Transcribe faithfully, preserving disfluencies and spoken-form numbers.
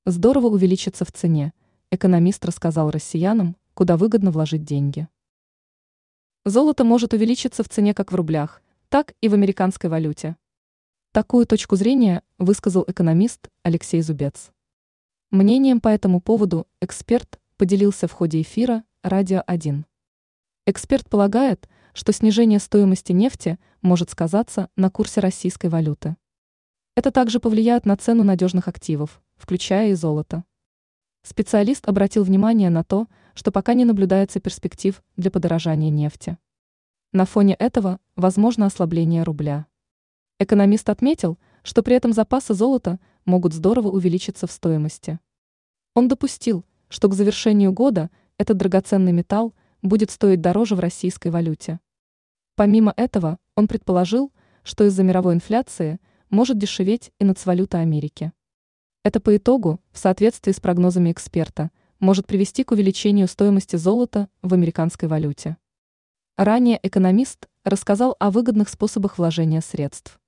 здорово увеличится в цене. Экономист рассказал россиянам, куда выгодно вложить деньги. Золото может увеличиться в цене как в рублях, так и в американской валюте. Такую точку зрения высказал экономист Алексей Зубец. Мнением по этому поводу эксперт поделился в ходе эфира «Радио один». Эксперт полагает, что снижение стоимости нефти может сказаться на курсе российской валюты. Это также повлияет на цену надежных активов, включая и золото. Специалист обратил внимание на то, что пока не наблюдается перспектив для подорожания нефти. На фоне этого возможно ослабление рубля. Экономист отметил, что при этом запасы золота могут здорово увеличиться в стоимости. Он допустил, что к завершению года этот драгоценный металл будет стоить дороже в российской валюте. Помимо этого, он предположил, что из-за мировой инфляции может дешеветь и нацвалюта Америки. Это по итогу, в соответствии с прогнозами эксперта, может привести к увеличению стоимости золота в американской валюте. Ранее экономист рассказал о выгодных способах вложения средств.